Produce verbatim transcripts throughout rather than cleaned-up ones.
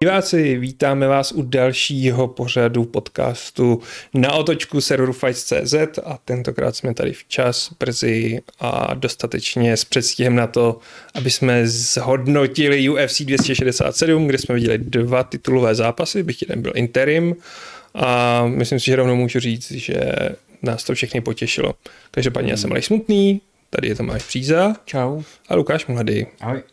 Diváci, vítáme vás u dalšího pořadu podcastu Na otočku serveru Fights tečka cé zet a tentokrát jsme tady včas, brzy a dostatečně s předstihem na to, aby jsme zhodnotili U F C dvě stě šedesát sedm, kde jsme viděli dva titulové zápasy, byť jeden byl interim a myslím si, že rovnou můžu říct, že nás to všechny potěšilo. Každopádně já jsem Aleš Smutný, tady je Tomáš Příza. Čau. A Lukáš Mladý. Ahoj.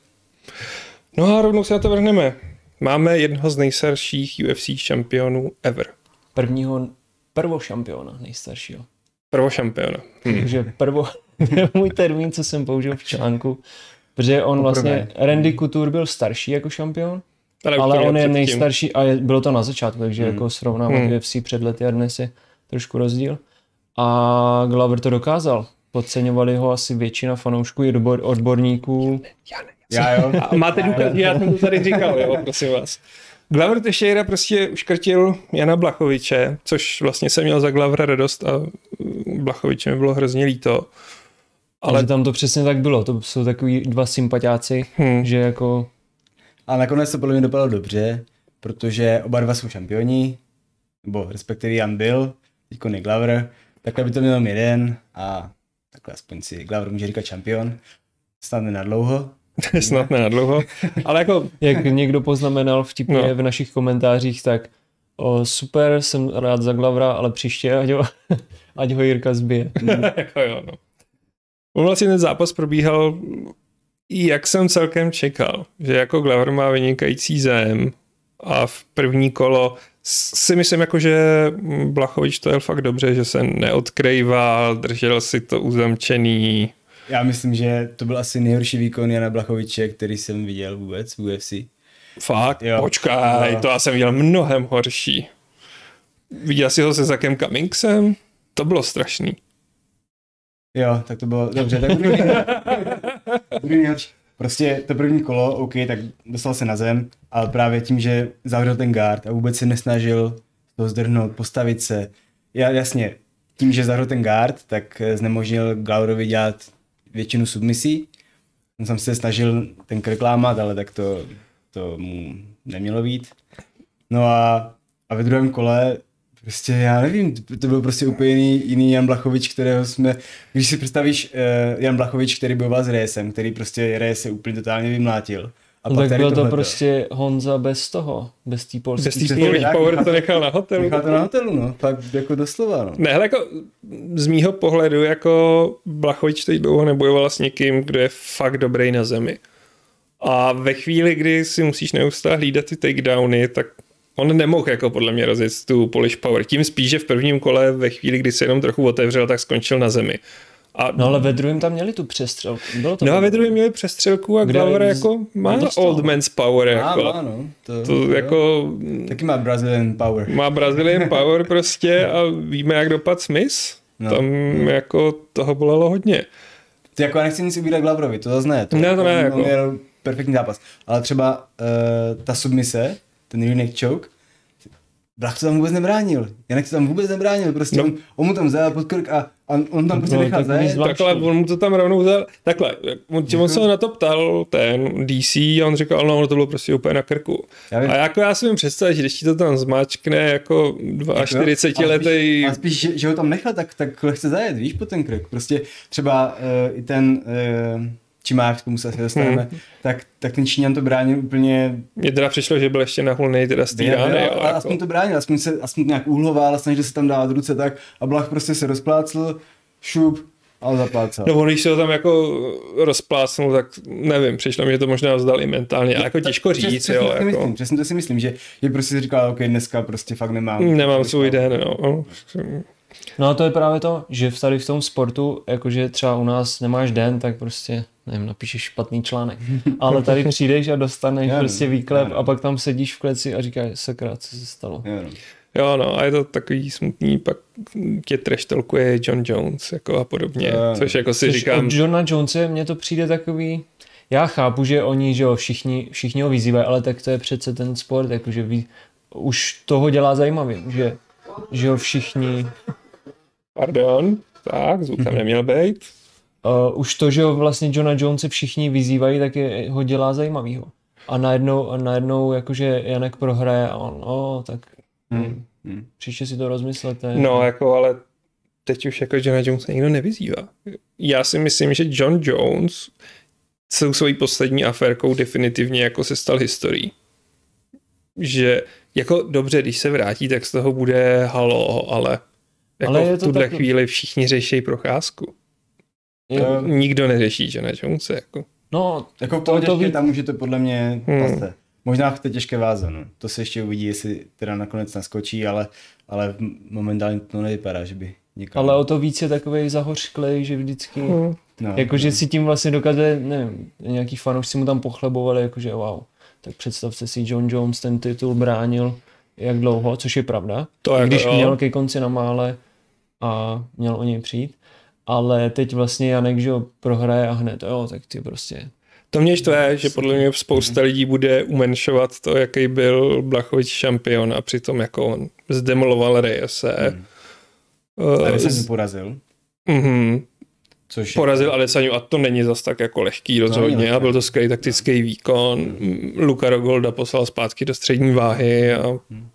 No a rovnou se na to vrhneme. Máme jednoho z nejstarších U F C šampionů ever. Prvního, prvošampiona nejstaršího. Prvošampiona. Hmm. Takže prvo, můj termín, co jsem použil v článku, protože on vlastně, Randy Couture byl starší jako šampion, ale, ale on je nejstarší a je, bylo to na začátku, takže hmm. jako srovnávat hmm. U F C před lety a dnes je trošku rozdíl. A Glover to dokázal. Podceňovali ho asi většina fanoušků i odbor, odborníků. Já ne. Já jo. A máte důkaz, že já jsem to tady říkal, jo, prosím vás. Glover Teixeira prostě uškrtil Jana Blachowicze, což vlastně jsem měl za Glovera radost a Blachowicze mi bylo hrozně líto. Ale takže tam to přesně tak bylo, to jsou takový dva sympatiáci, hmm. že jako... A nakonec to podle mě dopadlo dobře, protože oba dva jsou šampioni, nebo respektive Jan byl, teďko ne Glover, takhle by to měl jeden a takhle aspoň si Glover může říkat šampion, snad ne na dlouho. Snad ne na dlouho, ale jako... Jak někdo poznamenal vtipně no. v našich komentářích, tak o, super, jsem rád za Glovera, ale příště ať ho, ať ho Jirka zbije. Jako jo, no. Vlastně ten zápas probíhal, jak jsem celkem čekal, že jako Glover má vynikající zem a v první kolo si myslím, jako, že Blachowicz to jel fakt dobře, že se neodkrýval, držel si to uzamčený. Já myslím, že to byl asi nejhorší výkon Jana Blachowicze, který jsem viděl vůbec v U F C. Fakt? Jo. Počkej, no. To já jsem viděl mnohem horší. Viděl jsi ho se Zackem Cummingsem? To bylo strašný. Jo, tak to bylo dobře. Tak druhý, druhý nejhorší. Prostě to první kolo, OK, tak dostal se na zem, ale právě tím, že zavřel ten guard a vůbec se nesnažil toho zdrhnout, postavit se. Já, jasně, tím, že zavřel ten guard, tak znemožnil Gloverovi dělat většinu submisí. On jsem se snažil ten krk lámat, ale tak to, to mu nemělo být. No a, a ve druhém kole prostě já nevím, to byl prostě úplně jiný, jiný Jan Blachowicz, kterého jsme, když si představíš uh, Jan Blachowicz, který bojoval s Reyesem, který prostě Reyes se úplně totálně vymlátil. A no tak byl to prostě Honza bez toho, bez té polské. Bez té Polish Power to nechal na hotelu. Nechal to na hotelu, no, fakt jako doslova, no. Ne, hele, jako z mýho pohledu, jako Blachowicz teď dlouho nebojoval s někým, kdo je fakt dobrý na zemi. A ve chvíli, kdy si musíš neustále hlídat ty takedowny, tak on nemohl jako podle mě rozjet tu Polish Power. Tím spíš, že v prvním kole, ve chvíli, kdy se jenom trochu otevřel, tak skončil na zemi. A no ale ve druhém tam měli tu přestřelku. Bylo to no a ve druhém měli přestřelku a Glover jako má old man's power. Jako. Má, má, no. To, to to jako... Taky má Brazilian power. Má Brazilian power prostě a víme, jak dopadl Smith. No. Tam no. jako toho bolelo hodně. Ty jako já nechci nic ubírat Gloverovi, to zase ne. To ne, to ne. Jako... měl perfektní zápas. Ale třeba uh, ta submise, ten rear neck choke, Blach to tam vůbec nebránil. Janek to tam vůbec nebránil. Prostě no. on, on mu tam vzal pod krk a on, on tam prostě no, nechal zajet. Takhle, on mu to tam rovnou vzal. Takhle, on, on se na to ptal ten D C a on říkal, no to bylo prostě úplně na krku. Já a jako já si vím představit, že když ti to tam zmáčkne jako čtyřicetiletý... A spíš, že, že ho tam nechal, tak, tak lehce zajet, víš, po ten krk. Prostě třeba uh, i ten... Uh, Čimář, k tomu se asi dostaneme, hmm. tak, tak ten Číňan to bránil úplně... Mně teda přišlo, že byl ještě nahulnej teda z té rány. Ale jako... aspoň to bránil, aspoň se aspoň nějak úhloval, snažil se tam dávat ruce tak a Blach prostě se rozplácl, šup, ale zaplácal. No když se ho tam jako rozplácnul, tak nevím, přišlo mi, že to možná vzdal i mentálně, ale jako těžko říct. Přesně, jo, přesně, jako... myslím, přesně to si myslím, že, že prostě si říkal, ok, dneska prostě fakt nemám. Nemám svůj den, no. No a to je právě to, že tady v tom sportu, jakože třeba u nás nemáš den, tak prostě, nevím, napíšeš špatný článek. Ale tady přijdeš a dostaneš já prostě výklep já a pak tam sedíš v kleci a říkáš, sakra, co se stalo. Já jo, no a je to takový smutný, pak tě trashtalkuje John Jones jako a podobně, já což jako si což říkám... Od Johna Jonese mně to přijde takový... Já chápu, že oni, že jo, všichni, všichni ho vyzývají, ale tak to je přece ten sport, jakože ví, už toho dělá zajímavý, že, že ho všichni... Pardon, tak, zvuk tam neměl být. Uh, už to, že ho vlastně Johna Jonese všichni vyzývají, tak je, ho dělá zajímavýho. a najednou, a najednou jakože Janek prohraje a on, no, tak Hmm. Hmm. příště si to rozmyslete. No, jako, ale teď už jako Johna Jonesa nikdo nevyzývá. Já si myslím, že John Jones celou svojí poslední aférkou definitivně jako se stal historií. Že jako dobře, když se vrátí, tak z toho bude halo, ale jako ale v tuhle tak... chvíli všichni řeší Procházku. Jo. Nikdo neřeší Johna Jonese. Jako. No, jako v pohodě to ví... tam můžete podle mě hmm. paste. Možná v té těžké váze, no. To se ještě uvidí, jestli teda nakonec naskočí, ale, ale momentálně to nevypadá, že by někam... Ale o to víc je takovej zahořklej, že vždycky... Hmm. No, jakože no. si tím vlastně dokazuje, nevím, nějaký fanoušci mu tam pochlebovali, jakože wow. Tak představte si, John Jones ten titul bránil jak dlouho, což je pravda. To je když jo. měl ke konci na mále a měl o něj přijít. Ale teď vlastně Janek, že prohraje a hned, jo, tak ty prostě... To mě štve, že podle mě spousta lidí bude umenšovat to, jaký byl Blachowicz šampion a přitom jako on zdemoloval Reyese. Hmm. Uh, a Reyes porazil. Mhm. Což porazil Adesanya a to není zas tak jako lehký rozhodně a byl to skvělý taktický výkon. Hmm. Luka Rockholda poslal zpátky do střední váhy a hmm.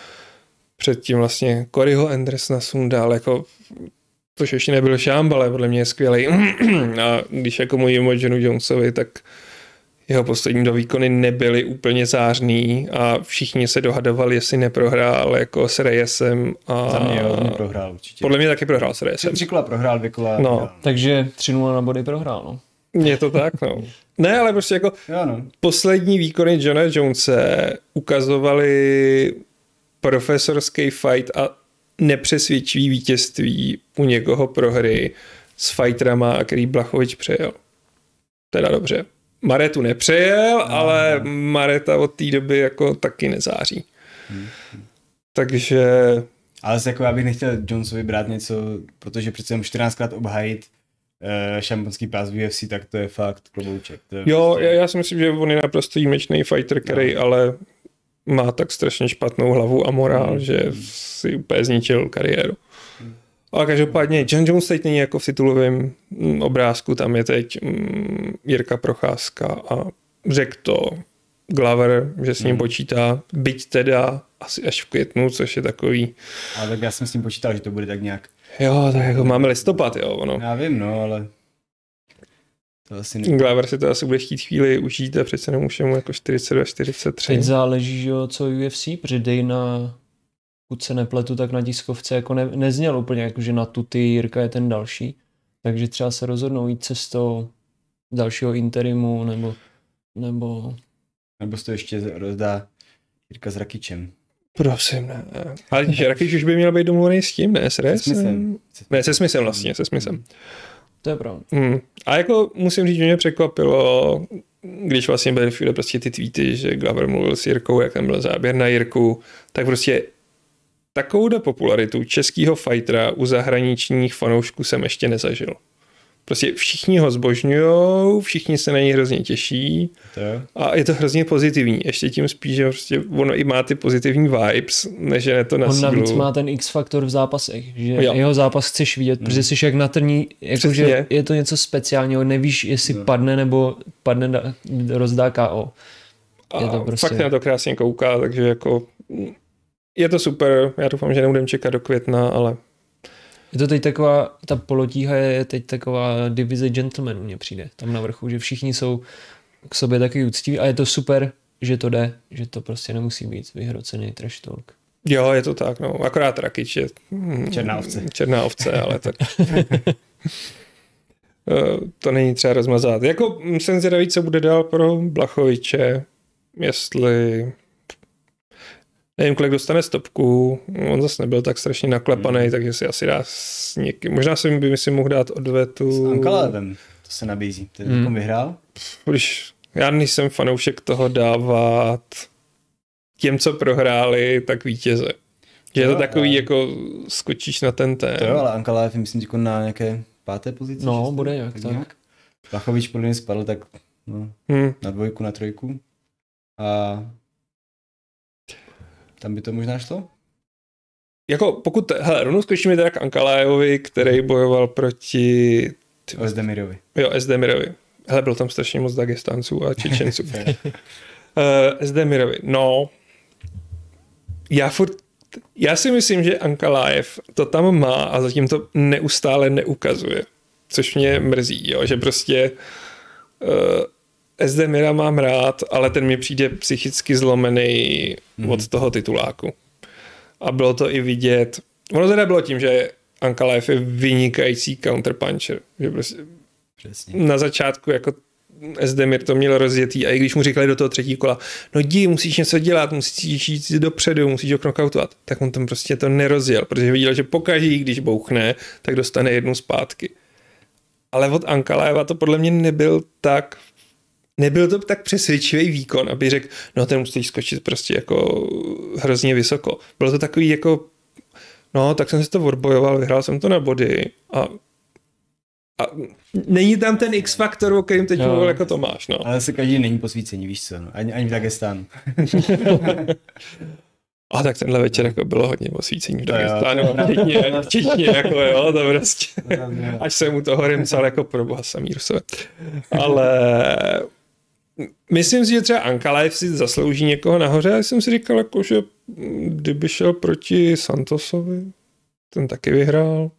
předtím vlastně Coryho Andersona sundal jako což ještě nebyl šámb, ale podle mě je skvělý. A když jako mluvím o Johnu Jonesovi, tak jeho poslední dva výkony nebyly úplně zářný a všichni se dohadovali, jestli neprohrál jako s Reyesem. A... Za mě jo, neprohrál určitě. Podle mě taky prohrál s Reyesem. Tři kola prohrál, dvě kola. No. Prohrál. Takže tři nula na body prohrál, no. Je to tak, no. Ne, ale prostě jako jo, no. poslední výkony Johna Jonese ukazovaly profesorský fight a nepřesvědčivý vítězství u někoho prohry s fighterama, který Blachowicz přejel. Teda dobře. Maretu nepřejel, no, ale no. Mareta od té doby jako taky nezáří. Hmm. Takže... Ale jako já bych nechtěl Jonesovi brát něco, protože přece jenom čtrnáctkrát obhájit uh, šampionský pás v U F C, tak to je fakt klobouček. To je jo, prostě... já, já si myslím, že on je naprosto výjimečný fighter, který no. ale má tak strašně špatnou hlavu a morál, hmm. že si úplně zničil kariéru. Hmm. Ale každopádně John Jones teď není jako v titulovém obrázku, tam je teď mm, Jirka Procházka a řekl to Glover, že s ním hmm. počítá, byť teda asi až v květnu, což je takový... Ale tak já jsem s tím počítal, že to bude tak nějak... Jo, tak jako máme listopad, jo, ono. Já vím, no, ale... To asi ne... Glover si to asi bude chtít chvíli užít a přece nemůže mu jako čtyřicet dva čtyřicet tři. Teď záleží, že jo, co U F C, protože Dana, pokud se nepletu, tak na tiskovce jako ne, nezněl úplně, jako že na tuty Jirka je ten další. Takže třeba se rozhodnou jít cestou dalšího interimu, nebo... Nebo, nebo se to ještě rozdá Jirka s Rakičem. Prosím, ne. Ale Rakič už by měl být domluvený s tím, ne? S Reyesem? Ne, se Smithem vlastně, se Smithem. To je pravda. Hmm. A jako musím říct, že mě překvapilo, když vlastně byly všude prostě ty tweety, že Glover mluvil s Jirkou, jak tam byl záběr na Jirku, tak prostě takovou popularitu českého fightera u zahraničních fanoušků jsem ještě nezažil. Prostě všichni ho zbožňujou, všichni se na něj hrozně těší a je to hrozně pozitivní. Ještě tím spíš, že prostě ono i má ty pozitivní vibes, než je to na On sílu. navíc má ten X-faktor v zápasech, že jo. Jeho zápas chceš vidět, hmm. protože jsi jak na trní, jakože je to něco speciálního, nevíš, jestli no. padne nebo padne, da, rozdá K O. Je to prostě... Fakt na to krásně kouká, takže jako je to super, já doufám, že nebudem čekat do května, ale je to teď taková, ta polotíha je teď taková divize gentlemanů, mně přijde tam na vrchu, že všichni jsou k sobě taky úctiví a je to super, že to jde, že to prostě nemusí být vyhrocený trash talk. Jo, je to tak, no, akorát Rakič je černá ovce. Černá ovce, ale tak to není třeba rozmazat. Jako jsem zvědavý, co bude dál pro Blachoviče, jestli nevím, kolik dostane stopku, on zase nebyl tak strašně naklepaný, hmm. takže si asi dá s někým, možná si by si mohl dát odvetu. S Ankalevem, to se nabízí, ten hmm. vyhrál? Když já nejsem fanoušek toho dávat těm, co prohráli, tak vítěze. Že je to takový, ale... jako skočíš na ten ten. To jo, ale Ankalev je myslím jako na nějaké páté pozici. No, šesté, bude jak tak. tak. Blachovič podle mě spadl tak no, hmm. na dvojku, na trojku. A tam by to možná šlo? Jako pokud, hele, rovnou skočíme teda k Ankalaevovi, který bojoval proti... Ozdemirovi. Jo, Ozdemirovi. Hele, byl tam strašně moc Dagestánců a Čečenců. Esdemirovi, no, já furt, já si myslím, že Ankalaev to tam má a zatím to neustále neukazuje, což mě mrzí, jo, že prostě uh, Esdemira mám rád, ale ten mi přijde psychicky zlomený mm. od toho tituláku. A bylo to i vidět, ono teda bylo tím, že Ankalaev je vynikající counterpuncher, že prostě Přesně. na začátku jako Esdemir to měl rozjetý a i když mu říkali do toho třetí kola, no jdi, musíš něco dělat, musíš jít dopředu, musíš ho knockoutovat, tak on tam prostě to nerozjel, protože viděl, že pokaždý, když bouchne, tak dostane jednu zpátky. Ale od Ankalaeva to podle mě nebyl tak nebyl to tak přesvědčivý výkon, aby řekl, no ten musíš skočit prostě jako hrozně vysoko. Bylo to takový jako, no tak jsem si to odbojoval, vyhrál jsem to na body a A není tam ten X-faktor, o kterým teď mluvil jako Tomáš, no. Ale se každý není posvícení, víš co, no. Ani, ani v Dagestánu. A tak tenhle večer jako bylo hodně posvícení v Dagestánu, včetně, včetně jako jo, to prostě, až jsem mu toho rymcal jako pro boha samý Rusové. Ale myslím si, že třeba Ankalaev si zaslouží někoho nahoře, a jsem si říkal, jako, že kdyby šel proti Santosovi, ten taky vyhrál.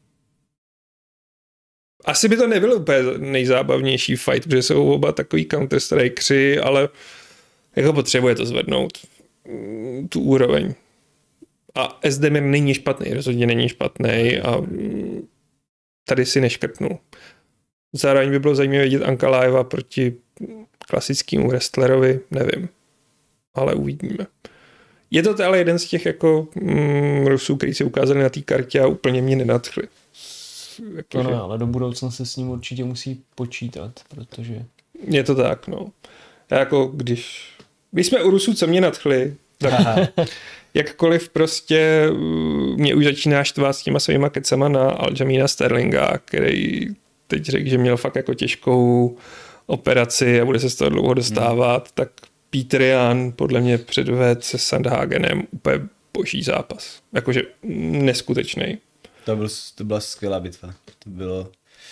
Asi by to nebyl úplně nejzábavnější fight, protože jsou oba takový counter-strikeři, ale jako potřebuje to zvednout tu úroveň. A Esdemir není špatný, rozhodně není špatný a tady si neškrtnul. Zároveň by bylo zajímavé vidět Ankalaeva proti klasickému wrestlerovi, nevím, ale uvidíme. Je to ale jeden z těch jako mm, Rusů, který si ukázali na té kartě a úplně mě nenadchli. Jako, no, že... ale do budoucna se s ním určitě musí počítat, protože... Je to tak, no. Já jako když... Když jsme u Rusů, co mě nadchli, tak jakkoliv prostě mě už začíná štvát s těma svýma kecama na Aljamaina Sterlinga, který teď řekl, že měl fakt jako těžkou operaci a bude se z toho dlouho dostávat, hmm. tak Petr Yan podle mě předvedl se Sandhagenem úplně boží zápas. Jakože neskutečný. To, byl, to byla skvělá bitva. To bylo...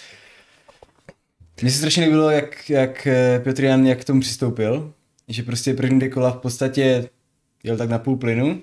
Mně se strašně nebylo, jak, jak Petr Yan jak k tomu přistoupil, že prostě první dvě kola v podstatě jel tak na půl plynu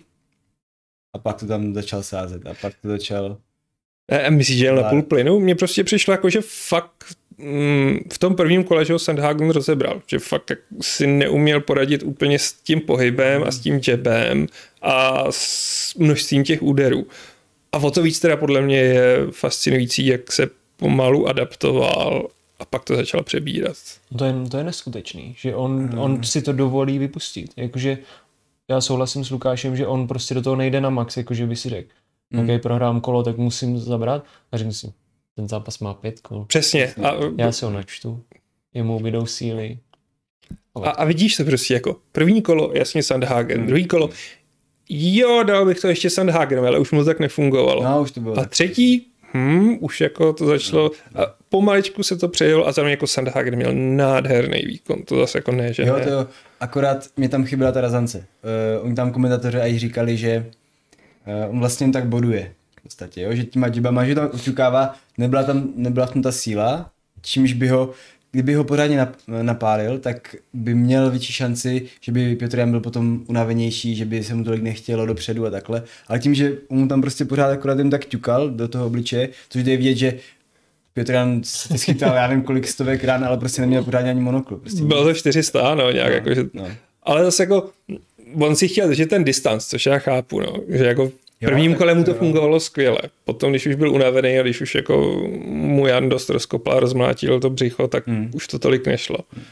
a pak to tam začal sázet a pak to začal... E, myslíš, že jel na půl plynu? Mně prostě přišlo jako, že fakt mm, v tom prvním kole, že ho Sandhagen rozebral, že fakt si neuměl poradit úplně s tím pohybem mm. a s tím jabem a s množstvím těch úderů. A o to víc teda podle mě je fascinující, jak se pomalu adaptoval a pak to začal přebírat. To je, to je neskutečný, že on, hmm. on si to dovolí vypustit. Jakože já souhlasím s Lukášem, že on prostě do toho nejde na max, jakože by si řekl, hmm. ok, prohrám kolo, tak musím zabrat. A řekl si, ten zápas má pět kol. Přesně. A, já si ho načtu, jemu vydou síly. A, a vidíš to prostě jako první kolo, jasně Sandhagen, hmm. druhý kolo, jo, dal bych to ještě Sandhagenovi, ale už mu to tak nefungovalo. No, už to bylo a třetí, hm, už jako to začalo, a pomaličku se to přejelo a zároveň jako Sandhagen měl nádherný výkon, to zase jako ne, že jo, ne. To jo, akorát mě tam chyběla ta razance. Uh, oni tam komentatoři aj říkali, že uh, on vlastně tak boduje v podstatě, jo, že těma džibama, že tam uťukává, nebyla tam, nebyla tam ta síla, čímž by ho, kdyby ho pořádně napálil, tak by měl větší šanci, že by Petr Yan byl potom unavenější, že by se mu tolik nechtělo dopředu a takhle. Ale tím, že mu tam prostě pořád akorát jen tak ťukal do toho obličeje, což jde vidět, že Petr Yan schytal, já nevím kolik stovek rán, ale prostě neměl pořádně ani monoklu. Prostě. Bylo to čtyři sta, no, nějak no, jako, že... no. Ale zase jako, on si chtěl držet ten distanc, což já chápu, no, že jako v prvním kole mu to fungovalo skvěle. Potom, když už byl unavený a když už jako mu Jan dost rozkopal, rozmlátil to břicho, tak hmm. už to tolik nešlo. Hmm.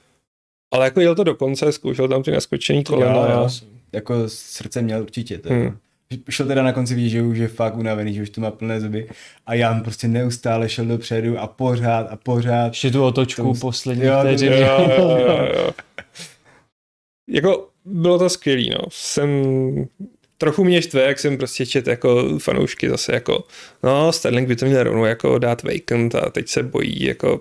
Ale jako jel to do konce, zkoušel tam ty naskočený kolena. Já, já. Jako srdce měl určitě. To hmm. Šel teda na konci vidět, že už je fakt unavený, že už to má plné zuby. A Jan prostě neustále šel dopředu a pořád a pořád. Ještě tu otočku tomu... poslední vteřiny. Jo, jo, jo, jo. Jako bylo to skvělý, no. Jsem... Trochu mě štve, jak jsem prostě čet jako fanoušky zase jako, no Sterling by to měl rovnou jako dát vacant a teď se bojí jako,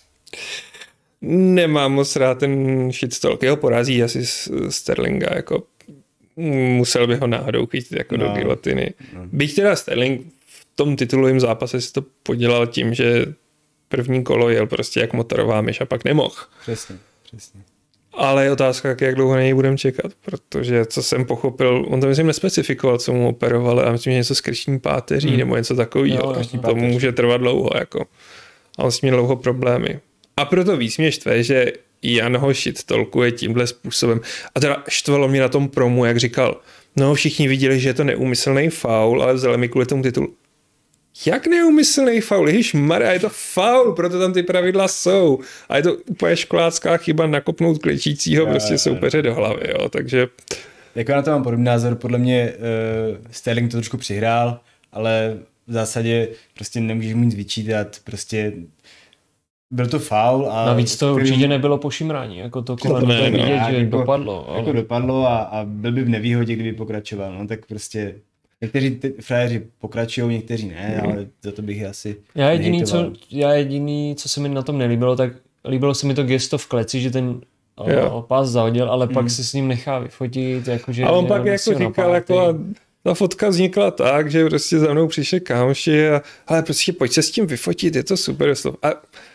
nemám moc rád ten shitstalk, jeho porazí asi Sterlinga, jako musel by ho náhodou chytit jako no. do gilotiny. No. Byť teda Sterling v tom titulovém zápase si to podělal tím, že první kolo jel prostě jak motorová myš a pak nemohl. Přesně, přesně. Ale je otázka, jak dlouho na něj budeme čekat, protože co jsem pochopil, on to myslím nespecifikoval, co mu operovali, a myslím, že něco s krční páteří hmm. nebo něco takového. To může trvat dlouho. Jako. A on s tím měl dlouho problémy. A proto víc mě štve, že Jan ho shit-talkuje tímhle způsobem. A teda štvalo mě na tom promu, jak říkal, no všichni viděli, že je to neúmyslný faul, ale vzali mi kvůli tomu titul. Jak neúmyslný faul? Ježišmarja, je to faul, proto tam ty pravidla jsou. A je to úplně školácká chyba nakopnout klečícího prostě soupeře do hlavy, jo, takže... Jako na to mám podobný názor, podle mě uh, Sterling to trošku přihrál, ale v zásadě prostě nemůžeš mít vyčítat, prostě byl to faul. A navíc to který... určitě nebylo po šimrání, jako to kolem to vidět, že jako, dopadlo. Ale... Jako dopadlo a, a byl by v nevýhodě, kdyby pokračoval, no tak prostě... Někteří ty frajeři pokračují, někteří ne, mm. ale za to bych je asi já jediný, co, já jediný, co se mi na tom nelíbilo, tak líbilo se mi to gesto v kleci, že ten o, pás zahodil, ale mm. pak se s ním nechá vyfotit. Jakože, a on pak jako říkal, jako ta fotka vznikla tak, že prostě za mnou přišli kámoši a ale prostě pojď se s tím vyfotit, je to super. A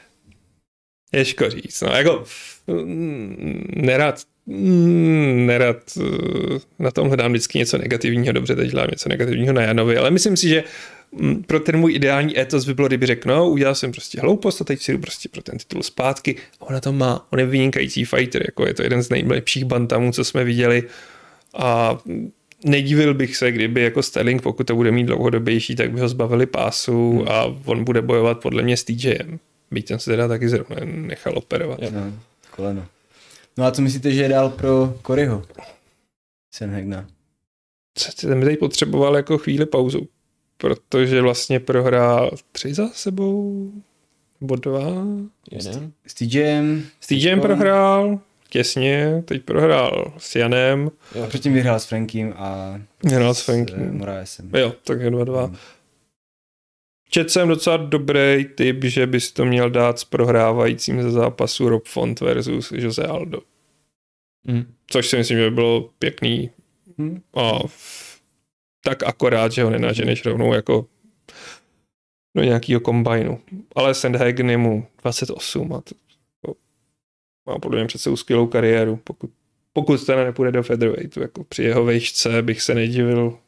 těžko říct, no jako nerad nerad na tom hledám vždycky něco negativního, dobře, teď dělám něco negativního na Janovi, ale myslím si, že pro ten můj ideální étos by bylo, kdyby řekl, no, udělal jsem prostě hloupost a teď si jdu prostě pro ten titul zpátky a on na to má, on je vynikající fighter, jako je to jeden z nejlepších bantamů, co jsme viděli a nedivil bych se, kdyby jako Sterling, pokud to bude mít dlouhodobější, tak by ho zbavili pásu hmm. a on bude bojovat podle mě s TJem. Byť ten se teda taky zrovna nechal operovat. No, koleno. No a co myslíte, že je dál pro Coryho? Sandhagna. Ten by teď potřeboval jako chvíli pauzu, protože vlastně prohrál tři za sebou, nebo dva. Jeden. S TJem. S TJem prohrál, těsně, teď prohrál s Janem. Jo, a předtím vyhrál s Frankiem a vyhrál s, s Frankiem. Moraesem. Jo, takže dva dva. Hmm. Četl jsem docela dobrý tip, že bys to měl dát s prohrávajícím ze zápasu Rob Font versus Jose Aldo. Hmm. Což si myslím, že by bylo pěkný. Hmm. A tak akorát, že ho nenaženeš rovnou jako do nějakého kombajnu. Ale Sandhagen je mu dvacet osm a to, to má podle mě přece skvělou kariéru. Pokud, pokud ten nepůjde do featherweightu, jako při jeho vejšce bych se nedivil.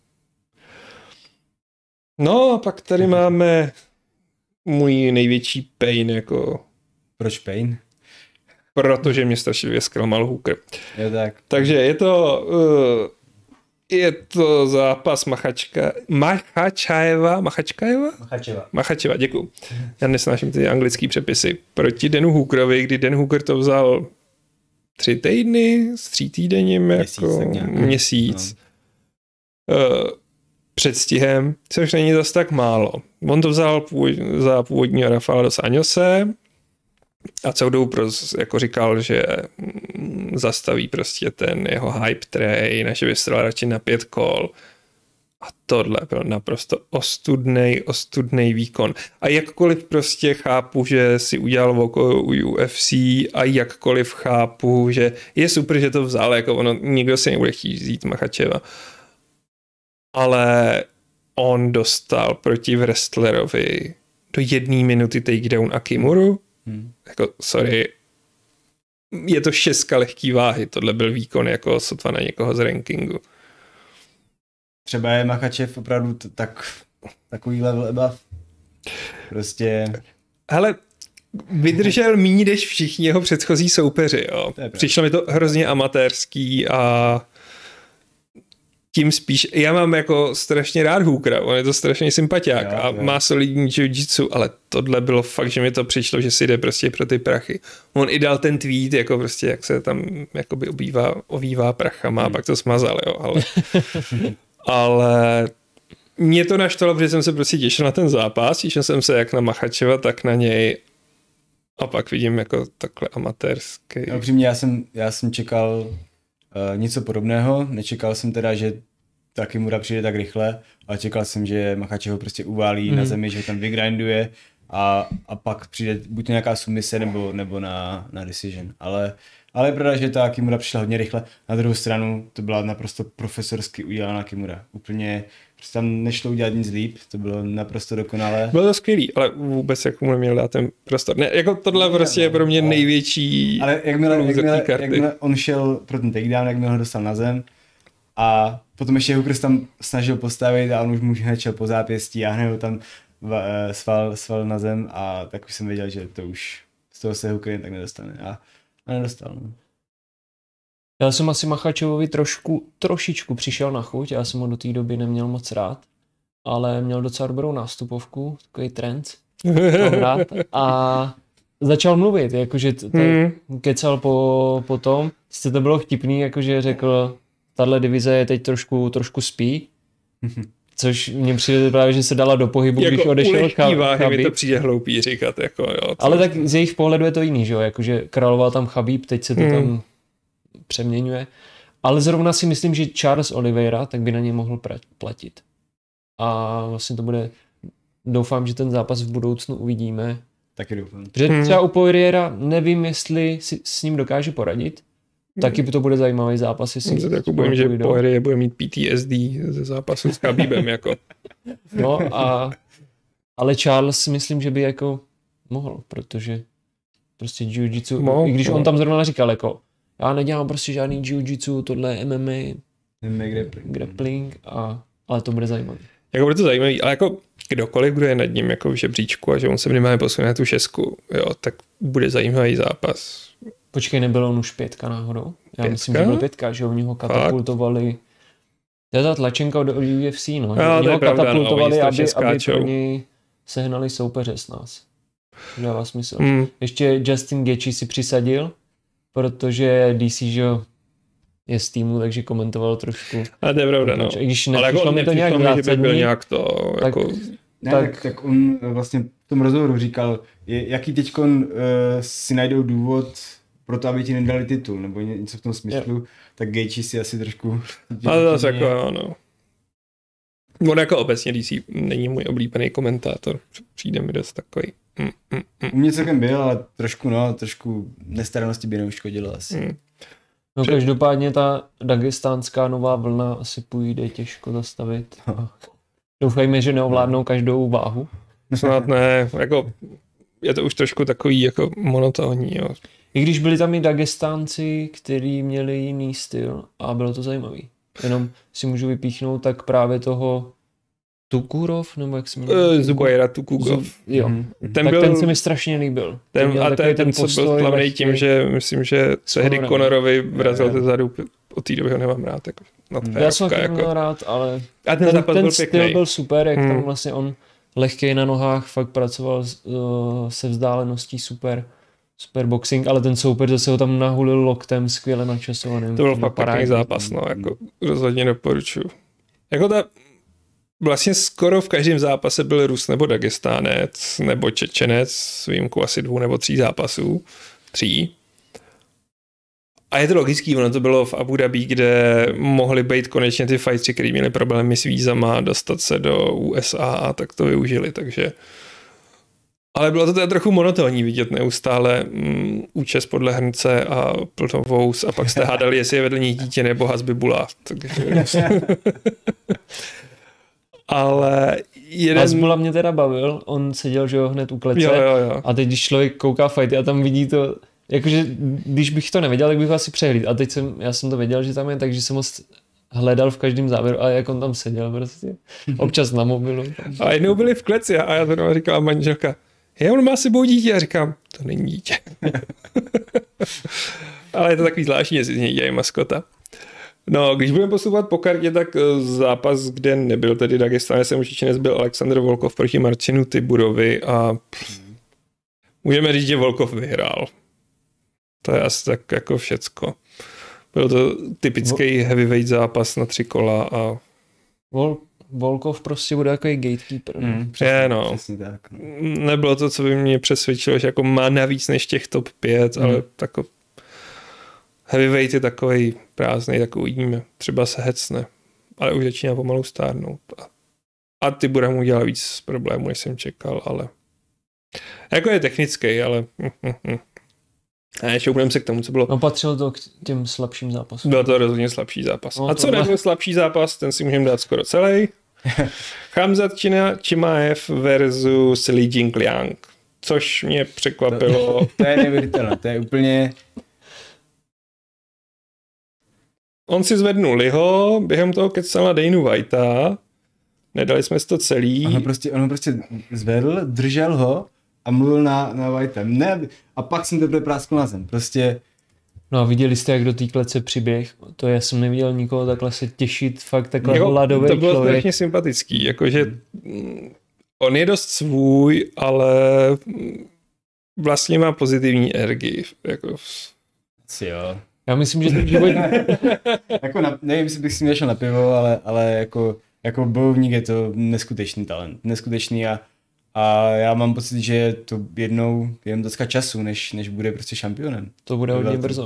No a pak tady máme můj největší pain, jako... Proč pain? Protože mě strašlivě zklamal Hooker. Jo, tak. Takže je to... Uh, je to zápas Machačka... Machačajeva? Machačkajeva? Machačeva. Machačeva, děkuju. Já nesnáším ty anglický přepisy. Proti Danu Hookerovi, kdy Dan Hooker to vzal tři týdny, s tří týdenním měsíc, jako měsíc. No. Uh, předstihem, což není zase tak málo. On to vzal původ, za původního Rafaela dos Anjose a celou dobu jako říkal, že zastaví prostě ten jeho hype train a že vystřelil radši na pět kol. A tohle byl naprosto ostudnej, ostudnej výkon. A jakkoliv prostě chápu, že si udělal oko u U F C a jakkoliv chápu, že je super, že to vzal, jako ono, nikdo si nebude chtít vzít Machačeva. Ale on dostal proti wrestlerovi do jedné minuty takedown a Kimuru. Hmm. Jako, sorry, je to šestka lehký váhy, tohle byl výkon jako sotva na někoho z rankingu. Třeba je Makhačev opravdu t- tak, takový level above. Prostě... Hele, vydržel míň než všichni jeho předchozí soupeři, jo. Přišlo mi to hrozně amatérský a tím spíš, já mám jako strašně rád Hookera, on je to strašně sympatiák jo, a jo. má solidní jiu-jitsu, ale tohle bylo fakt, že mi to přišlo, že si jde prostě pro ty prachy. On i dal ten tweet, jako prostě, jak se tam jakoby obývá, ovívá prachama hmm. a pak to smazal, jo, ale... ale mě to naštvalo, protože jsem se prostě těšil na ten zápas, těšil jsem se jak na Makhačeva, tak na něj a pak vidím jako takhle amatérský. No, upřímně, já jsem, já jsem čekal uh, něco podobného, nečekal jsem teda, že ta Kimura přijde tak rychle, ale čekal jsem, že Makhačev ho prostě uválí mm. na zemi, že ho tam vygrinduje a, a pak přijde buď to nějaká submise nebo, nebo na, na decision, ale Ale je pravda, že ta Kimura přišla hodně rychle. Na druhou stranu to byla naprosto profesorsky udělaná Kimura. Úplně, prostě tam nešlo udělat nic líp, to bylo naprosto dokonalé. Bylo to skvělý, ale vůbec jak mu neměl dát ten prostor. Ne, jako tohle ne, prostě ne, je pro mě ale, největší ale jakmile, jakmile, jakmile on šel pro ten takedown, jakmile ho dostal na zem a potom ještě Hooker tam snažil postavit a on už mu hned šel po zápěstí a hned ho tam sval, sval na zem a tak už jsem věděl, že to už z toho se Hooker jen tak nedostane. A, a nedostal. No. Já jsem asi Makhachevovi trošku, trošičku přišel na chuť, já jsem ho do té doby neměl moc rád, ale měl docela dobrou nástupovku, takový trend. rád, a začal mluvit, jakože t- t- kecal po, po tom, sice to bylo vtipný, jakože řekl, tahle divize je teď trošku, trošku spí, což mně přijde právě, že se dala do pohybu, jako když odešel Chabib. Mi to přijde hloupý říkat. Jako, jo, ale tak z jejich pohledu je to jiný, že jo, jakože královal tam Chabib, teď se to hmm. tam přeměňuje. Ale zrovna si myslím, že Charles Oliveira tak by na ně mohl platit. A vlastně to bude, doufám, že ten zápas v budoucnu uvidíme. Taky doufám. Protože hmm. třeba u Poiriera nevím, jestli si s ním dokáže poradit. Taky to bude zajímavý zápas. Jestli se jako bojím, že Poirier bude mít P T S D ze zápasu s Khabibem. jako. No a ale Charles si myslím, že by jako mohl, protože prostě jiu-jitsu, mohl, i když mohl. On tam zrovna říkal jako já nedělám prostě žádný jiu-jitsu, tohle je M M A, M M A grappling, grappling a, ale to bude zajímavý. Jako bude to zajímavý, ale jako kdokoliv, kdo je nad ním jako v žebříčku a že on se minimálně posune na tu šestku, jo, tak bude zajímavý zápas. Počkej, nebyl on už pětka náhodou? Já pětka? Myslím, že byl pětka, že oni ho katapultovali. To je ta tlačenka od U F C, no. no oni ho pravda, katapultovali, no, aby, aby pro něj sehnali soupeře s nás. To dává smysl. Mm. Ještě Justin Gaethje si přisadil, protože D C, že je z týmu, takže komentoval trošku. A to je pravda, no. Když ale jako mi to nějak mi, že by byl nějak to, tak, jako... Ne, tak, tak, tak on vlastně v tom rozhovoru říkal, je, jaký teďkon uh, si najdou důvod pro to, aby ti nedali titul, nebo něco v tom smyslu, yeah. tak Gaethje si asi trošku... Ale zase jako, ano. On jako obecně D C není můj oblíbený komentátor, přijde mi dost takový... Mm, mm, mm. U mě celkem byl, ale trošku, no, trošku nestarannosti by neuškodilo asi. Mm. No každopádně ta dagestánská nová vlna asi půjde těžko zastavit. Doufejme, že neovládnou každou váhu. Snad ne, jako je to už trošku takový jako monotónní, jo. I když byli tam i Dagestánci, kteří měli jiný styl a bylo to zajímavý. Jenom si můžu vypíchnout tak právě toho Tukurov, nebo jak se jmenuje? Zubaira Tukugov. Zub, jo, mm. ten tak byl, ten se mi strašně líbil. Ten, ten a ten, ten co byl slavný tím, že myslím, že tehdy Conorovi vrazil ze zadu, od té doby ho nemám rád. Jako, já jsem ho jako... rád, ale a ten, ten, ten byl styl byl super, jak hmm. tam vlastně on lehkej na nohách, fakt pracoval uh, se vzdáleností super. Super boxing, ale ten soupeř zase ho tam nahulil loktem, skvěle načasovaným. To byl fakt pěkný zápas, no, jako rozhodně doporučuji. Jako ta, vlastně skoro v každém zápase byl Rus nebo Dagestánec, nebo Čečenec, s výjimkou asi dvou nebo tří zápasů. Tří. A je to logický, ono to bylo v Abu Dhabi, kde mohli být konečně ty fightři, kteří měli problémy s vízama, dostat se do U S A a tak to využili, takže ale bylo to teda trochu monotónní vidět neustále mm, účes podle hrnce a plno vous a pak jste hádali, jestli je vedle ní dítě nebo Hasbibula. Takže... Ale jeden... Hasbula mě teda bavil, on seděl, že jo, hned u klece jo, jo, jo. A teď, když člověk kouká fighty a tam vidí to, jakože když bych to nevěděl, tak bych ho asi přehlíd. A teď jsem, já jsem to věděl, že tam je, takže jsem ho hledal v každém závěru a jak on tam seděl prostě. Občas na mobilu. A jednou byli v kleci a já to doma říkala manželka, je, on má sebou dítě a říkám, to není dítě. Ale je to takový zvláštní, jestli z něj dělají maskota. No, když budeme posouvat po kartě, tak zápas, kde nebyl tedy Dagestán, jsem určitě nezbyl Alexander Volkov proti Marcinu Tyburovi a pff, můžeme říct, že Volkov vyhrál. To je asi tak jako všecko. Byl to typický heavyweight zápas na tři kola a... Vol- Volkov prostě bude takový gatekeeper. Mm, přesně, je, no. Přesně tak, no. Nebylo to, co by mě přesvědčilo, že jako má navíc než těch top pět, mm. ale tako... heavyweight je takový prázdnej, tak uvidíme. Třeba se hecne, ale už začíná pomalu stárnout. A, a ty bude mu dělat víc problémů, než jsem čekal, ale jako je technický, ale A ještě budeme se k tomu, co bylo. No patřilo to k těm slabším zápasům. Byl to rozhodně slabší zápas. No, a co nebyl slabší zápas, ten si můžeme dát skoro celý. Khamzat Chimaev versus Li Jingliang. Což mě překvapilo. To, to je neuvěřitelné, to je úplně... On si zvednul Liho, během toho kecal na Danu Whitea. Nedali jsme si to celý. On ho prostě, on ho prostě zvedl, držel ho a mluvil na, na Whitea. Ne, a pak jsem teprve práskl na zem. Prostě... No a viděli jste, jak do té klece přiběh? To já jsem neviděl nikoho takhle se těšit, fakt takhle jo, hladový člověk. To bylo strašně sympatický, jakože on je dost svůj, ale vlastně má pozitivní energii. Jako... Jo. Já myslím, že ten život... jako na, nevím, jestli bych si měl na pivo, ale, ale jako, jako bojovník je to neskutečný talent. Neskutečný a, a já mám pocit, že to jednou jen docka času, než, než bude prostě šampionem. To bude hodně brzo.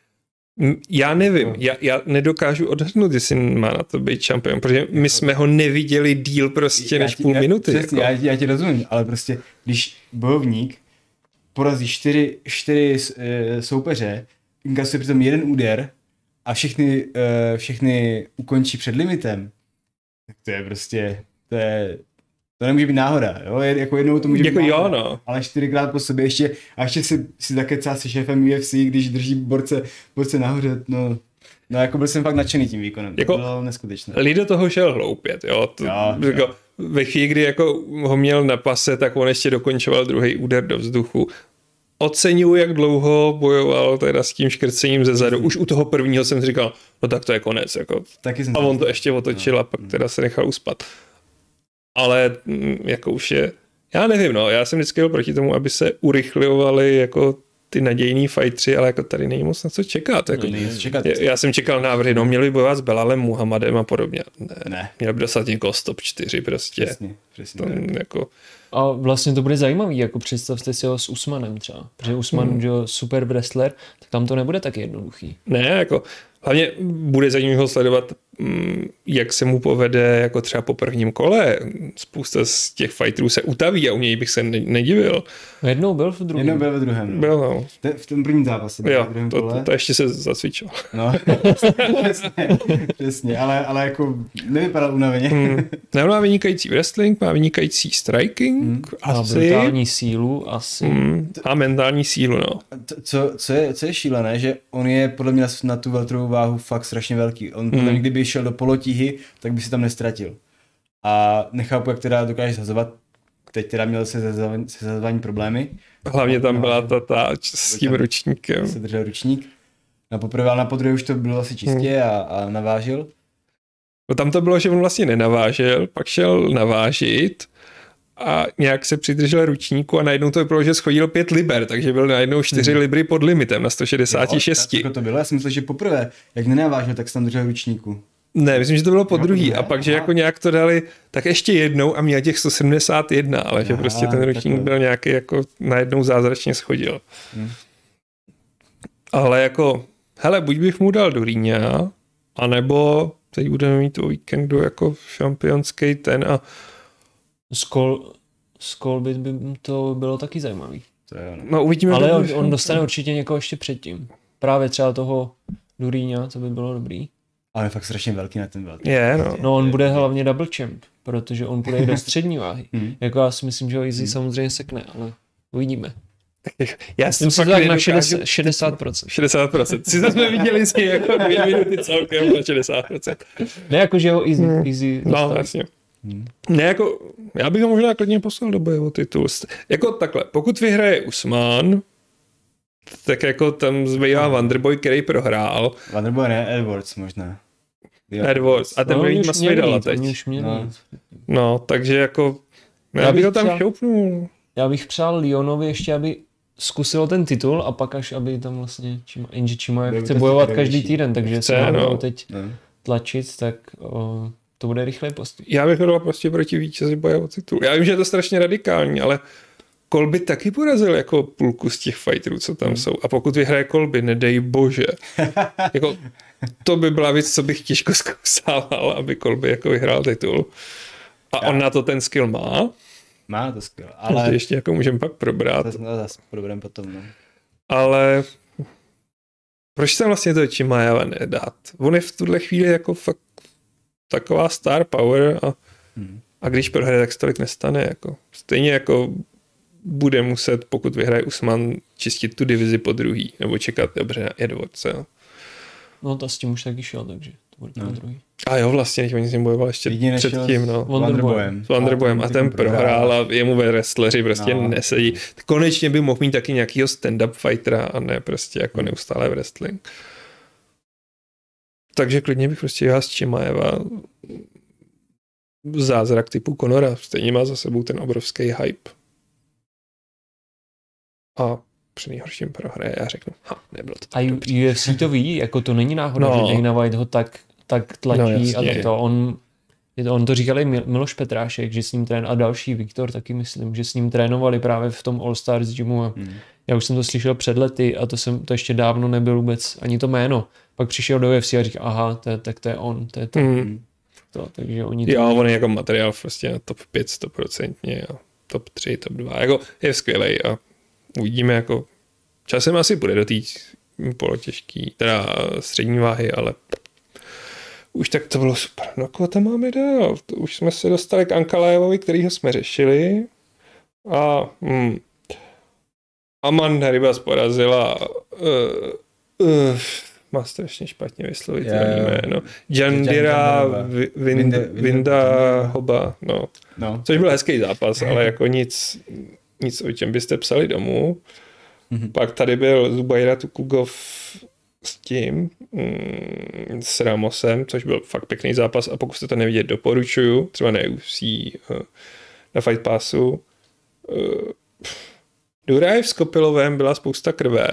Já nevím, já, já nedokážu odhadnout, jestli má na to být šampion, protože my jsme ho neviděli díl prostě než ti, půl já, minuty. Přesně, jako. já, já ti rozumím, ale prostě když bojovník porazí čtyři, čtyři e, soupeře, inkasuje přitom jeden úder a všechny, e, všechny ukončí před limitem, tak to je prostě, to je, to nemůže být náhoda, jo? Jako jednou to může jako být jo, náhoda, no. Ale čtyřikrát po sobě ještě, a ještě si, si zakecá se šéfem U F C, když drží borce, borce nahoře, no, no jako byl jsem fakt nadšený tím výkonem, jako, to bylo neskutečné. Lidi do toho šel hloupět, jo, to, jo, jako, jo. Ve chvíli, kdy jako ho měl na pase, tak on ještě dokončoval druhý úder do vzduchu. Oceňuji, jak dlouho bojoval teda s tím škrcením ze zadu. Už u toho prvního jsem si říkal, no tak to je konec. Jako. A on to ještě otočil no. a pak teda se nechal uspat. Ale jako už je, já nevím, no, já jsem vždycky byl proti tomu, aby se urychlovali jako ty nadějní fightři, ale jako tady není moc na co čekat. Jako, no, čekat. Já jsem čekal návrhy, no měli by bojovat s Belalem, Muhammadem a podobně. Ne, ne. Měli by dostat někoho z top čtyři prostě. Přesně, přesně. To, jako... A vlastně to bude zajímavý, jako představte si ho s Usmanem třeba, protože Usman, hmm. že super wrestler, tak tam to nebude tak jednoduchý. Ne, jako hlavně bude zajímavý ho sledovat, jak se mu povede jako třeba po prvním kole. Spousta z těch fighterů se utaví a u něj bych se nedivil. Jednou byl v druhém. Jednou byl ve druhém. Byl, no. V tom prvním zápase. Jo, to, to, to ještě se zacvičil. No, přesně, přesně, ale, ale jako nevypadal unaveně. Hmm. Ne, má vynikající wrestling, má vynikající striking, hmm. asi. A mentální sílu asi. Hmm. A mentální sílu, no. Co, co, je, co je šílené, že on je podle mě na tu veltrovou váhu fakt strašně velký. On podle mě, kdyby šel do polotíhy, tak by si tam nestratil. A nechápu, jak teda dokáže zazovat. Teď teda měl se zazování problémy. Hlavně tam byla ta, ta s tím ručníkem. Se držel ručník. Na poprvé, ale na podruhé už to bylo asi čistě hmm. a, a navážil. No tam to bylo, že on vlastně nenavážil, pak šel navážit a nějak se přidržel ručníku a najednou to bylo, že schodil pět liber, takže byl najednou čtyři hmm. libry pod limitem na sto šedesát šest. Jo, tak to bylo, já jsem myslel, že poprvé, jak nenavážil, tak se tam držel ručníku. Ne, myslím, že to bylo po druhý a pak, že jako nějak to dali tak ještě jednou a měl těch sto sedmdesát jedna, ale Aha, že prostě ten ručník byl nějaký jako najednou zázračně schodil. Hmm. Ale jako, hele, buď bych mu dal do Rýňa, anebo teď budeme mít o víkendu jako šampionský ten a Skol, Skolbit by to bylo taky zajímavý. To je, no. No, uvidíme. Ale on, on dostane určitě někoho ještě předtím. Právě třeba toho Duríňa, to by bylo dobrý. Ale je fakt strašně velký na ten velký. Je, no. No on bude hlavně double champ, protože on bude do střední váhy. Hmm. Jako já si myslím, že ho Easy hmm. samozřejmě sekne, ale uvidíme. Já jsem si tak na šedesát procent. šedesát procent. Si jsme viděli si jako dvě minuty celkem na šedesát procent. Ne jako, že ho Easy, hmm. easy no, jasně. Hmm. Ne jako, já bych ho možná klidně poslal do boje o titul. Jako takhle, pokud vyhraje Usman, tak jako tam zbývá Wonderboy, který prohrál. Wonderboy ne, Edwards možná. Edwards. A ten no, byl jít Masvidala teď. No. no, takže jako já, já bych ho tam šoupnul. Já bych přál Leonovi ještě, aby zkusilo ten titul a pak až, aby tam vlastně Inji Chimaev chce bojovat každý týden, takže se ho no. teď no. tlačit, tak o, to bude rychlej postup. Já bych ho dal prostě proti vítězi boje o titul. Já vím, že je to strašně radikální, ale Colby taky porazil jako půlku z těch fighterů, co tam hmm. jsou. A pokud vyhraje Colby, nedej bože. jako, to by byla věc, co bych těžko zkousával, aby Colby jako vyhrál titul. A Já. on na to ten skill má. Má to skill, ale... Ještě jako můžeme pak probrat. Zase, no, zase probereme potom, no. ale proč tam vlastně to Chimaeva nedát? On je v tuhle chvíli jako fakt taková star power a, hmm. a když prohraje, tak se tolik nestane. Jako. Stejně jako bude muset, pokud vyhraje Usman, čistit tu divizi po druhý, nebo čekat dobře na Edwardse. No, no to s tím už taky šel, takže to bude no. po druhý. A jo, vlastně, oni s ním bojoval ještě Vidí předtím, no. Wonderboyem. S Wonderboyem a ten prohrál a jemu ve wrestleri prostě no. nesedí. Konečně by mohl mít taky nějakýho stand-up fightera a ne prostě jako hmm. neustále wrestling. Takže klidně bych prostě jel s Chimaeva zázrak typu Conora. Stejně má za sebou ten obrovský hype. A při nejhorším prohraje a řeknu, ha, nebylo to tak A dobře. U F C to ví, jako to není náhoda, no. že Dana White ho tak, tak tlačí no, a to on, on to říkal i Miloš Petrášek, že s ním trénoval a další Viktor taky myslím, že s ním trénovali právě v tom All Stars gymu a hmm. já už jsem to slyšel před lety a to jsem to ještě dávno nebyl vůbec ani to jméno. Pak přišel do U F C a říkal, aha, to je, tak to je on, to je to. Hmm. to takže oni to... Jo, on je jako materiál prostě na top pět stoprocentně a top tři, top dva, jako je skvělej a uvidíme, jako časem asi bude do té polotěžký, teda střední váhy, ale už tak to bylo super. No koho tam máme dál? To už jsme se dostali k Ankalaevovi, kterýho jsme řešili. A hmm, Amanda Ribas porazila uh, uh, má strašně špatně vyslovit yeah. jméno. Jandira Vinda, Vinda Hoba. No. No. Což byl hezký zápas, ale jako nic nic, o čem byste psali domů. Mm-hmm. Pak tady byl Zubaira Tukugov s tím, mm, s Ramosem, což byl fakt pěkný zápas a pokud jste to nevidět, doporučuju, třeba na U F C, na Fight Passu. Duraev s Kopilovem byla spousta krve.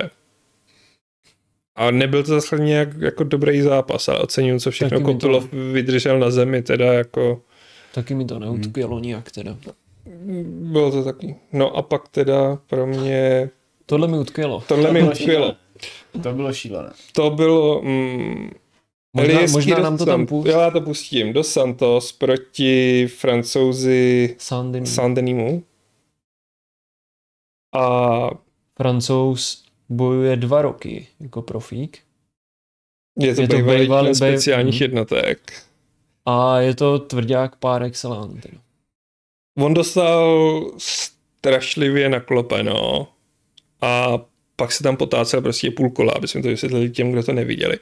A nebyl to zase nějak jako dobrý zápas, ale oceňuju, co všechno Kopilov to... vydržel na zemi, teda jako... Taky mi to neutkvělo hmm. nijak teda. Bylo to taky. No a pak teda pro mě... Tohle mi utkvělo. Tohle mi utkvělo. To bylo šílené. To bylo... Mm, možná, možná nám to tam pustí. Já to pustím. Dos Santos proti Francouzi Saint-Denis. A... Francouz bojuje dva roky jako profík. Je to, je to bývalý speciálních bej... jednotek. A je to tvrdák par excellence. On dostal strašlivě naklopeno a pak se tam potácel prostě půl kola, aby jsme to vysvětlili těm, kdo to neviděli.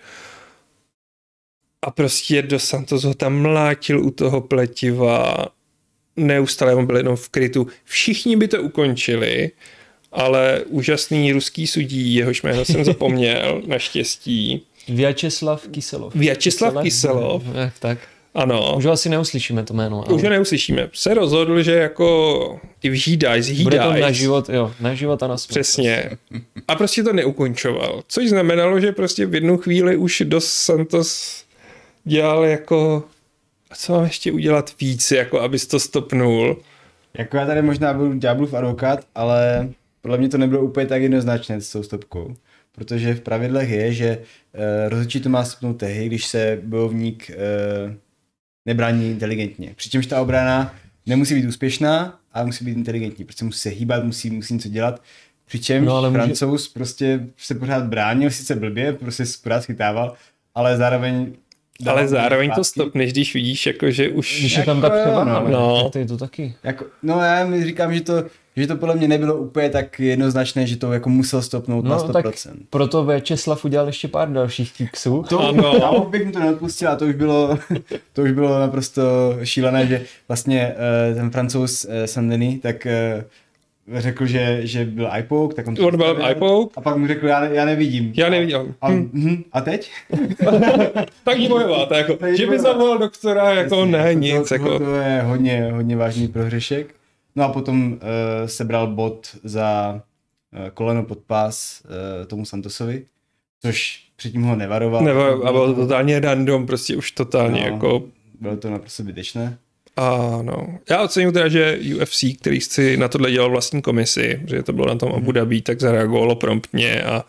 A prostě Dos Santos ho tam mlátil u toho pletiva, neustále on byl jenom v krytu. Všichni by to ukončili, ale úžasný ruský sudí, jehož jméno jsem zapomněl, naštěstí. Vyacheslav Kyselov. Vyacheslav Kyselov. Tak, tak. Ano. Už asi neuslyšíme to jméno. Ale... Už ho neuslyšíme. Se rozhodl, že jako i vžídaj, zhýdaj. Bude to na život, jo, na život a na smrt. Přesně. A prostě to neukončoval. Což znamenalo, že prostě v jednu chvíli už Dos Santos dělal jako a co mám ještě udělat víc, jako abys to stopnul. Jako já tady možná byl ďáblův advokát, ale podle mě to nebylo úplně tak jednoznačné s tou stopkou. Protože v pravidlech je, že uh, rozhodčí to má stopnout tehdy, když se bojovník uh, nebrání inteligentně. Přičemž ta obrana nemusí být úspěšná, ale musí být inteligentní, protože musí se hýbat, musí, musí něco dělat. Přičemž no, Francouz může... prostě se pořád bránil, sice blbě, prostě se pořád chytával, ale zároveň... Ale zároveň to stopneš, když vidíš, jako, že už... Když je tam ta převaha, no. To je to taky. Jako, no já mi říkám, že to, že to podle mě nebylo úplně tak jednoznačné, že to jako musel stopnout no, na sto procent. Tak proto Vyacheslav udělal ještě pár dalších kiksů. To, ano. Já bych mu to neodpustil a to už bylo, to už bylo naprosto šílené, že vlastně uh, ten Francouz uh, Saint-Denis, tak uh, řekl, že, že byl eye-poke, tak on to byl eye-poke. A pak mu řekl, já, ne, já nevidím. Já nevidím. A, hm. hm, a teď? Tak jí bojovat, jako, že by zavolal doktora, jako ne, nic. To, jako. to je hodně, hodně vážný prohřešek. No a potom uh, sebral bod za uh, koleno pod pás uh, tomu Santosovi, což předtím ho nevaroval. Nevaroval, a bylo to totálně random, prostě už totálně no, jako... Bylo to naprosto zbytečné. Ano. Já oceňuji teda, že U F C, který si na tohle dělal vlastní komisi, že to bylo na tom Abu Dhabi, tak zareagovalo promptně a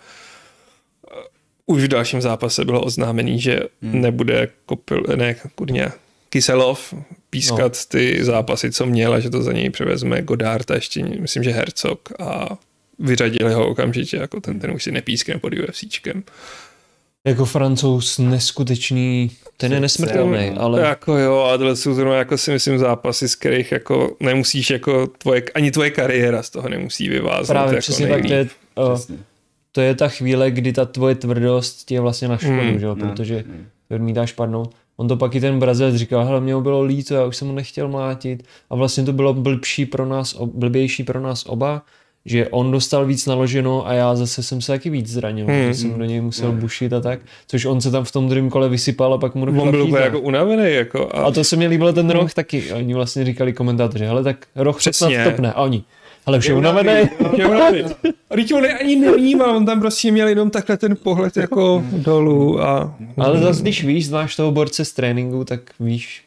už v dalším zápase bylo oznámený, že hmm. nebude kopil, ne, kurně, Kyselov pískat no. ty zápasy, co měl, a že to za něj převezme Godard a ještě, myslím, že Herzog a vyřadili ho okamžitě, jako ten, ten už si nepískne pod UFCčkem. Jako Francouz neskutečný, ten je nesmrtelný, ale... Jako jo, a tohle jsou zrovna jako si myslím zápasy, z kterých jako nemusíš jako tvoje, ani tvoje kariéra z toho nemusí vyvázat. Právě jako přesně tak, to je, o, to je ta chvíle, kdy ta tvoje tvrdost ti je vlastně na škodu, mm, že jo, protože mm. odmítáš padnout. On to pak i ten Brazilec říkal, hele, mě ho bylo líto, já už jsem ho nechtěl mlátit a vlastně to bylo blbší pro nás, blbější pro nás oba, že on dostal víc naloženo a já zase jsem se taky víc zranil, hmm. že jsem do něj musel bušit a tak, což on se tam v tom druhém kole vysypal a pak mu došla On byl jako unavený. Jako a... a to se mi líbilo ten roh taky, oni vlastně říkali komentátoři, hele, tak roh přesně topne a oni, ale už je unavený. A teď on ani nevnímal, on tam prostě měl jenom takhle ten pohled jako dolů a... Ale zase když víš, znáš toho borce z tréninku, tak víš.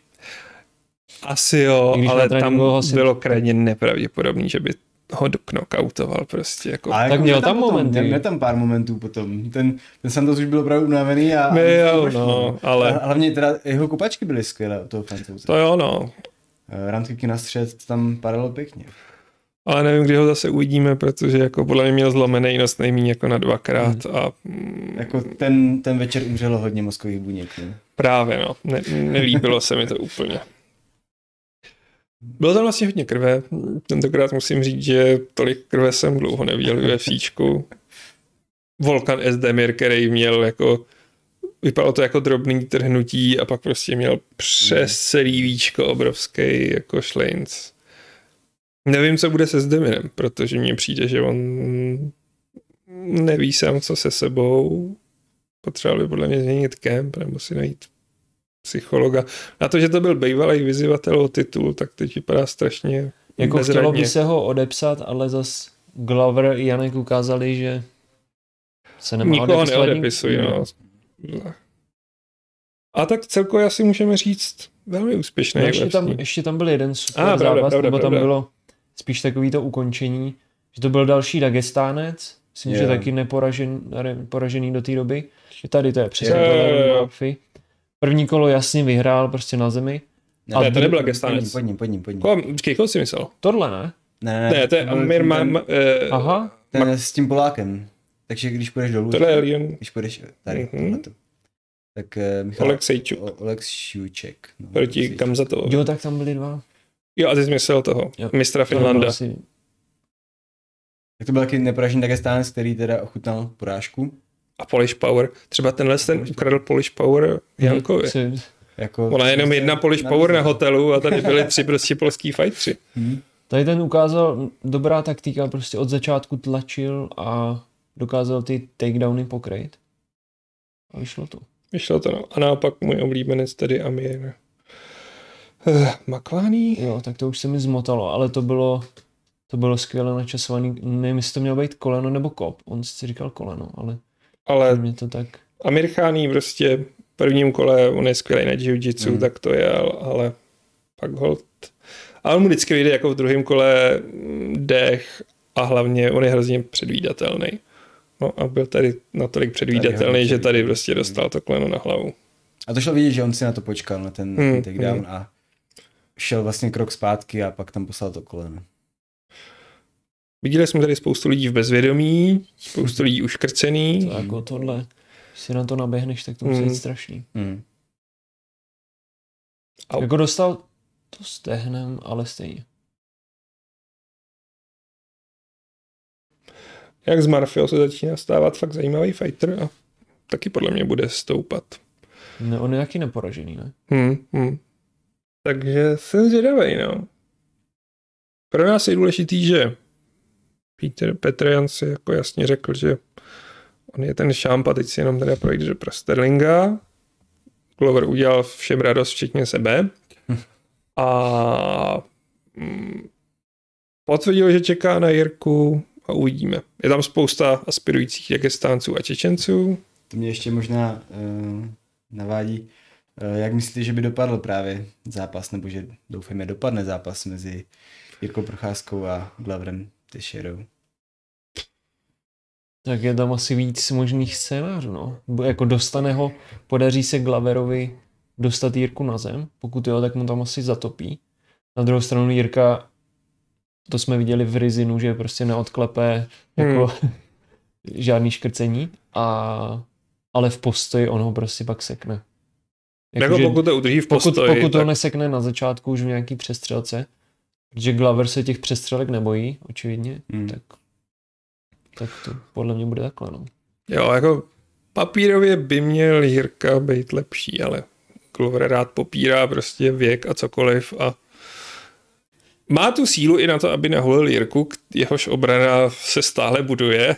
Asi jo, ale tam asi... bylo krajně nepravděpodobný, že by ho knockoutoval prostě. Jako. Ale tak jako měl tam momenty. Měl tam pár momentů potom. Ten, ten Santos už byl opravdu unavený a... Jo, no, ale... A hlavně teda jeho kopačky byly skvělé od toho Francouze. To jo, no. Rantkyky na střed tam padalo pěkně. Ale nevím, kdy ho zase uvidíme, protože jako podle mě měl zlomený nos nejméně jako na dvakrát hmm. a... Jako ten, ten večer umřelo hodně mozkových buněk. Ne? Právě, no. Ne, nelíbilo se mi to úplně. Bylo tam vlastně hodně krve. Tentokrát musím říct, že tolik krve jsem dlouho neviděl v UFCčku. Volkan Esdemir, který měl jako... Vypadalo to jako drobný trhnutí a pak prostě měl přes celý víčko obrovský jako šlejnc. Nevím, co bude se Esdemirem, protože mně přijde, že on neví sám, co se sebou. Potřeboval by podle mě změnit kemp nebo si najít psychologa. Na to, že to byl bývalý vyzývatel o titul, tak teď vypadá strašně jako bezradně. Chtělo by se ho odepsat, ale zas Glover i Janek ukázali, že se nemá nikoho neodepisují. No. A tak celkově asi můžeme říct velmi úspěšný. No ještě, tam, ještě tam byl jeden super ah, zápas, pravda, nebo tam pravda. Bylo spíš takový to ukončení, že to byl další Dagestánec, myslím, yeah. že taky neporažený, neporažený do té doby. Že tady to je přesně yeah. to první kolo jasně vyhrál prostě na zemi. Ne, a to nebyl Dagestánec. Pojď ním, pojď ním, pojď ním. Počkej, koho jsi myslel? Tohle ne? Ne, ne, ne to je Amir Ma... Ma eh, Aha. Ten ma- s tím Polákem. Takže když půjdeš dolů, tohle je Leon. Když půjdeš tady, mm-hmm. tohleto. Tak uh, Michal... Oleksejčuk. Oleksijček. No, proti Kamzatovi. Jo, tak tam byli dva. Jo, a ty jsi myslel toho, jo. mistra Finlanda. Asi... Tak to byl taky neporažený Dagestánec, který teda ochutnal porážku. A Polish Power. Třeba tenhle ten ukradl Polish Power Jankovi. Hmm. Jako ona je jenom jedna Polish Power na hotelu a tady byli tři prostě polský fightři. Hmm. Tady ten ukázal dobrá taktika, prostě od začátku tlačil a dokázal ty takedowny pokryt. A vyšlo to. Vyšlo to, no. A naopak můj oblíbenec tedy Amir uh, Makvání. Jo, tak to už se mi zmotalo, ale to bylo to bylo skvěle načasovaný. Nevím, jestli to mělo být koleno nebo kop. On si říkal koleno, ale, ale mě to tak... Amir Khání prostě v prvním kole, on je skvělý na jiu-jitsu, mm. tak to je, ale pak hold. Ale on mu vždycky vyjde jako v druhém kole dech a hlavně on je hrozně předvídatelný. No a byl tady natolik předvídatelný, tady že tady prostě dostal to koleno na hlavu. A to šlo vidět, že on si na to počkal, na ten, hmm, ten takedown hmm. a šel vlastně krok zpátky a pak tam poslal to koleno. Viděli jsme tady spoustu lidí v bezvědomí, spoustu lidí uškrcený. To jako tohle, když si na to naběhneš, tak to musí být hmm. strašný. Hmm. A... Jako dostal to stehnem, ale stejně. Jak z Marfio se začíná stávat fakt zajímavý fighter a taky podle mě bude stoupat. Ne, on je taky neporažený, ne? Hmm, hmm. Takže jsem zvědavej, no. Pro nás je důležitý, že Peter Petrajan si jako jasně řekl, že on je ten šamp a teď si jenom teda projde pro Sterlinga. Glover udělal všem radost, včetně sebe. Hm. A mm, potvrdil, že čeká na Jirku a uvidíme. Je tam spousta aspirujících Dagestánců a Čečenců. To mě ještě možná uh, navádí. Uh, jak myslíte, že by dopadl právě zápas, nebo že doufejme dopadne zápas mezi Jirkou Procházkou a Gloverem Teixeirou? Tak je tam asi víc možných scénářů, no. Jako dostane ho, podaří se Gloverovi dostat Jirku na zem, pokud jo, tak mu tam asi zatopí. Na druhou stranu Jirka to jsme viděli v Rizinu, že prostě neodklepe jako hmm. žádný škrcení, a, ale v postoji on ho prostě pak sekne. Jako, jako pokud to udrží v postoji. Pokud, pokud tak... to nesekne na začátku už v nějaký přestřelce, protože Glover se těch přestřelek nebojí, očividně, hmm. tak, tak to podle mě bude takhle. No. Jo, jako papírově by měl Jirka být lepší, ale Glover rád popírá prostě věk a cokoliv a má tu sílu i na to, aby naholil Jirku, jehož obrana se stále buduje.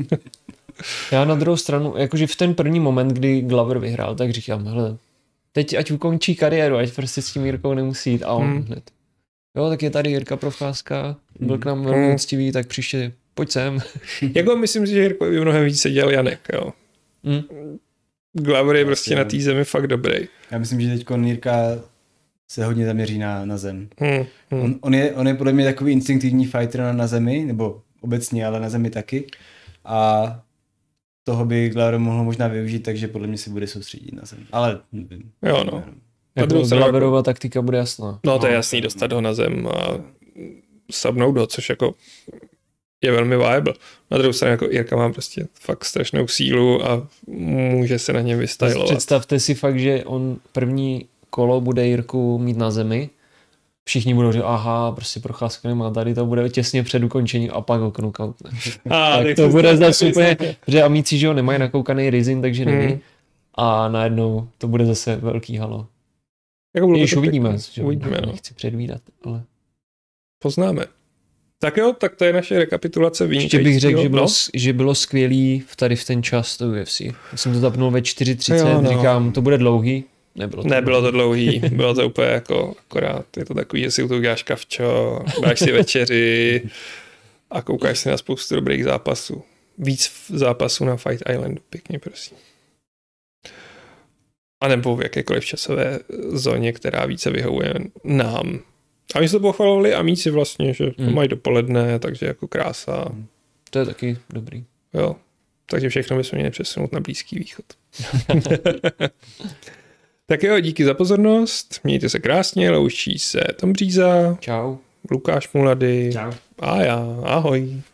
Já na druhou stranu, jakože v ten první moment, kdy Glover vyhrál, tak říkám, hele, teď ať ukončí kariéru, ať prostě s tím Jirkou nemusí jít, a on hmm. hned. Jo, tak je tady Jirka Procházka, byl k nám velmi úctivý, tak příště pojď sem. Jako myslím si, že Jirko by mnohem více dělal Janek, jo. Hmm. Glover je prostě na té zemi fakt dobrý. Já myslím, že teď Jirka se hodně zaměří na, na zem. Hmm, hmm. On, on, je, on je podle mě takový instinktivní fighter na, na zemi, nebo obecně, ale na zemi taky. A toho by Glover mohl možná využít, takže podle mě se bude soustředit na zem. Ale nevím. Jo, no. Jako Gloverova jako... taktika bude jasná. No to je jasný, dostat ho na zem a sabnout ho, což jako je velmi viable. Na druhou stranu jako Jirka má prostě fakt strašnou sílu a může se na něm vystylovat. Představte si fakt, že on první kolo bude Jirku mít na zemi, všichni budou říkat, aha, prostě Procházka nemá, tady to bude těsně před ukončením a pak ho knockoutne. Tak, tak to bude zase úplně, protože amíci, že ho nemají nakoukaný Rizin, takže neví. Hmm. A najednou to bude zase velký halo. Jako Když uvidíme, že uvidíme, no. Nechci předvídat, ale... Poznáme. Tak jo, tak to je naše rekapitulace vynikajícího. Ještě bych řekl, že bylo, že bylo skvělý tady v ten čas to U F C. Já jsem to zapnul ve čtyři třicet, jo, no. Říkám, to bude dlouhý. Nebylo to, Nebylo to dlouhý, bylo to úplně jako akorát, je to takový, že si u toho uděláš kavčo, dáš si večeři a koukáš si na spoustu dobrých zápasů. Víc zápasů na Fight Islandu, pěkně prosím. A nebo v jakékoliv časové zóně, která více vyhovuje nám. A my jsme to pochvalovali amíci vlastně, že to hmm. mají dopoledne, takže jako krása. To je taky dobrý. Jo, takže všechno bychom měli přesunout na Blízký východ. Tak jo, díky za pozornost, mějte se krásně, loučí se Tom Bříza. Čau. Lukáš Mulady. Čau. A já, ahoj.